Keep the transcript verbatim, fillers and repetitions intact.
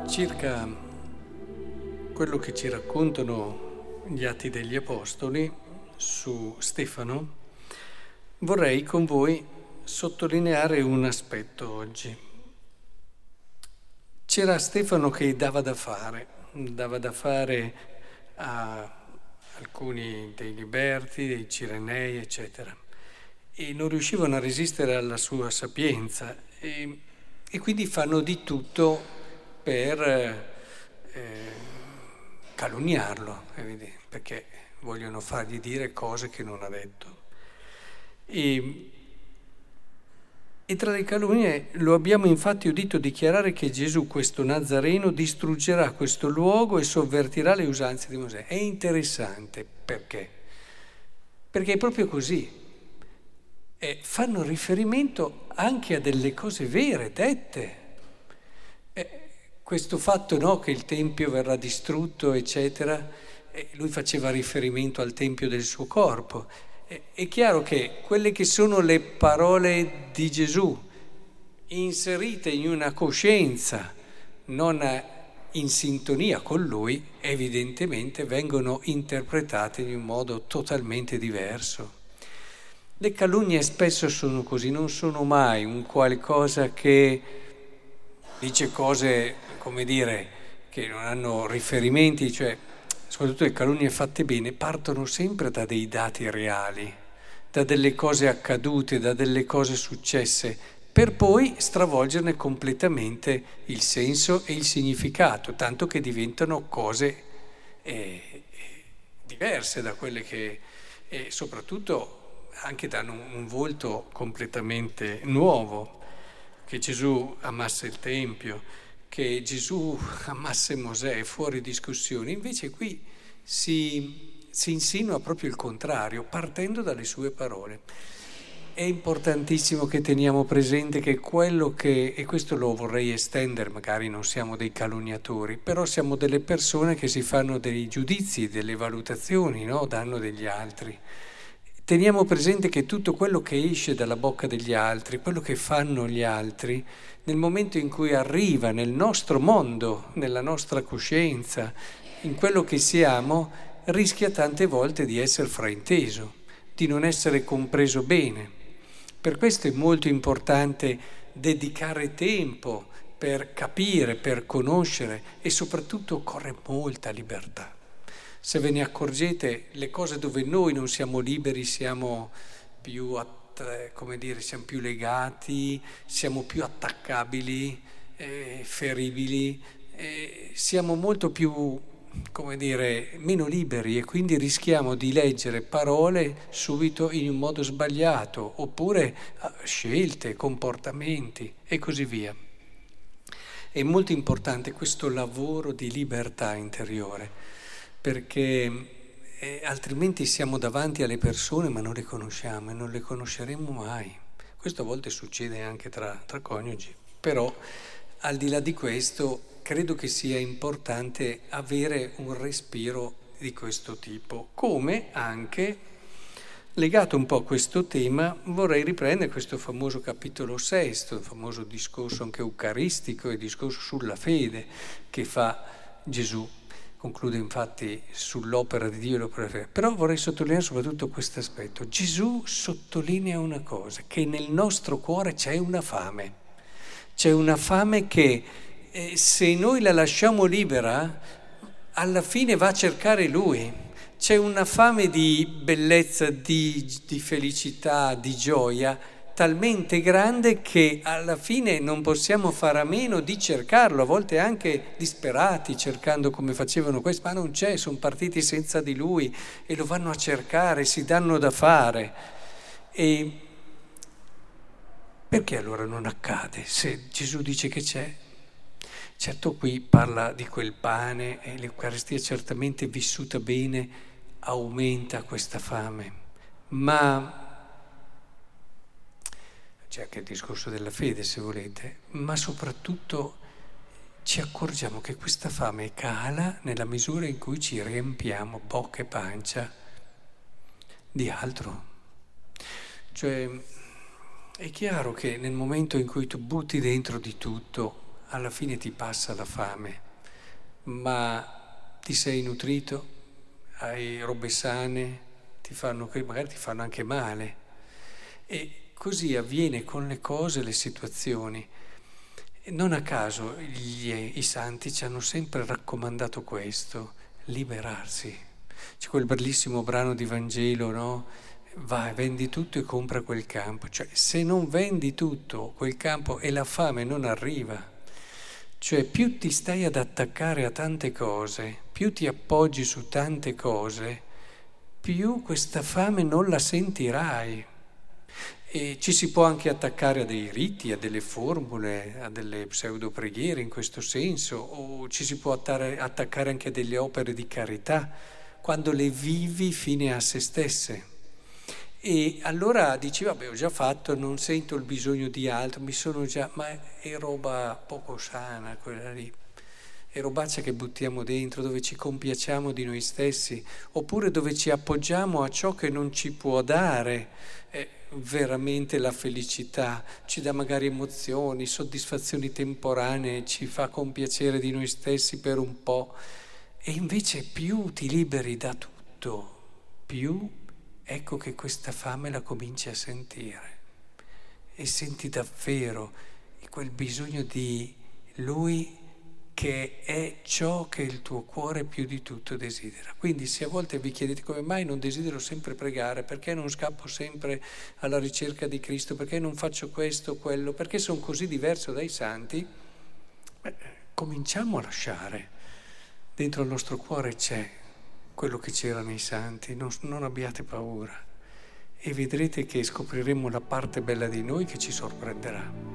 Circa quello che ci raccontano gli Atti degli Apostoli su Stefano, vorrei con voi sottolineare un aspetto oggi. C'era Stefano che dava da fare, dava da fare a alcuni dei liberti, dei cirenei, eccetera, e non riuscivano a resistere alla sua sapienza e, e quindi fanno di tutto per eh, calunniarlo, perché vogliono fargli dire cose che non ha detto. E, e tra le calunnie lo abbiamo infatti udito dichiarare che Gesù, questo Nazareno, distruggerà questo luogo e sovvertirà le usanze di Mosè. È interessante perché? Perché è proprio così. E fanno riferimento anche a delle cose vere, dette. E questo fatto, no, che il Tempio verrà distrutto, eccetera, e lui faceva riferimento al Tempio del suo corpo. È chiaro che quelle che sono le parole di Gesù inserite in una coscienza non in sintonia con lui, evidentemente vengono interpretate in un modo totalmente diverso. Le calunnie spesso sono così, non sono mai un qualcosa che dice cose, come dire, che non hanno riferimenti, cioè soprattutto le calunnie fatte bene, partono sempre da dei dati reali, da delle cose accadute, da delle cose successe, per poi stravolgerne completamente il senso e il significato, tanto che diventano cose eh, diverse da quelle che, e soprattutto anche danno un, un volto completamente nuovo, che Gesù amasse il Tempio, che Gesù amasse Mosè, fuori discussione. Invece qui si, si insinua proprio il contrario, partendo dalle sue parole. È importantissimo che teniamo presente che quello che, e questo lo vorrei estendere, magari non siamo dei calunniatori, però siamo delle persone che si fanno dei giudizi, delle valutazioni, no? Danno degli altri. Teniamo presente che tutto quello che esce dalla bocca degli altri, quello che fanno gli altri, nel momento in cui arriva nel nostro mondo, nella nostra coscienza, in quello che siamo, rischia tante volte di essere frainteso, di non essere compreso bene. Per questo è molto importante dedicare tempo per capire, per conoscere e soprattutto occorre molta libertà. Se ve ne accorgete, le cose dove noi non siamo liberi siamo più, att- come dire, siamo più legati, siamo più attaccabili, eh, feribili, eh, siamo molto più, come dire, meno liberi e quindi rischiamo di leggere parole subito in un modo sbagliato, oppure scelte, comportamenti e così via. È molto importante questo lavoro di libertà interiore, perché eh, altrimenti siamo davanti alle persone ma non le conosciamo e non le conosceremo mai. Questo a volte succede anche tra, tra coniugi, però al di là di questo credo che sia importante avere un respiro di questo tipo, come anche, legato un po' a questo tema, vorrei riprendere questo famoso capitolo sesto, il famoso discorso anche eucaristico, il discorso sulla fede che fa Gesù. Conclude infatti sull'opera di Dio e l'opera della fede. Però vorrei sottolineare soprattutto questo aspetto. Gesù sottolinea una cosa, che nel nostro cuore c'è una fame. C'è una fame che eh, se noi la lasciamo libera, alla fine va a cercare Lui. C'è una fame di bellezza, di, di felicità, di gioia, talmente grande che alla fine non possiamo fare a meno di cercarlo, a volte anche disperati, cercando come facevano questi, ma non c'è, sono partiti senza di lui e lo vanno a cercare, si danno da fare. E perché allora non accade se Gesù dice che c'è? Certo, qui parla di quel pane e l'Eucaristia certamente vissuta bene aumenta questa fame, ma c'è anche il discorso della fede, se volete, ma soprattutto ci accorgiamo che questa fame cala nella misura in cui ci riempiamo bocca e pancia di altro. Cioè, è chiaro che nel momento in cui tu butti dentro di tutto, alla fine ti passa la fame, ma ti sei nutrito, hai robe sane, ti fanno, magari ti fanno anche male. E così avviene con le cose, le situazioni. Non a caso gli, i santi ci hanno sempre raccomandato questo, liberarsi. C'è quel bellissimo brano di Vangelo, no? Vai, vendi tutto e compra quel campo. Cioè, se non vendi tutto quel campo e la fame non arriva, cioè più ti stai ad attaccare a tante cose, più ti appoggi su tante cose, più questa fame non la sentirai. E ci si può anche attaccare a dei riti, a delle formule, a delle pseudo preghiere in questo senso, o ci si può attare, attaccare anche a delle opere di carità, quando le vivi fine a se stesse. E allora dici, vabbè, ho già fatto, non sento il bisogno di altro, mi sono già, ma è roba poco sana quella lì. È robaccia che buttiamo dentro, dove ci compiacciamo di noi stessi, oppure dove ci appoggiamo a ciò che non ci può dare eh, veramente la felicità, ci dà magari emozioni, soddisfazioni temporanee, ci fa compiacere di noi stessi per un po'. E invece più ti liberi da tutto, più ecco che questa fame la cominci a sentire. E senti davvero quel bisogno di Lui che è ciò che il tuo cuore più di tutto desidera. Quindi se a volte vi chiedete come mai non desidero sempre pregare, perché non scappo sempre alla ricerca di Cristo, perché non faccio questo o quello, perché sono così diverso dai santi, beh, cominciamo a lasciare. Dentro il nostro cuore c'è quello che c'era nei santi, non, non abbiate paura e vedrete che scopriremo la parte bella di noi che ci sorprenderà.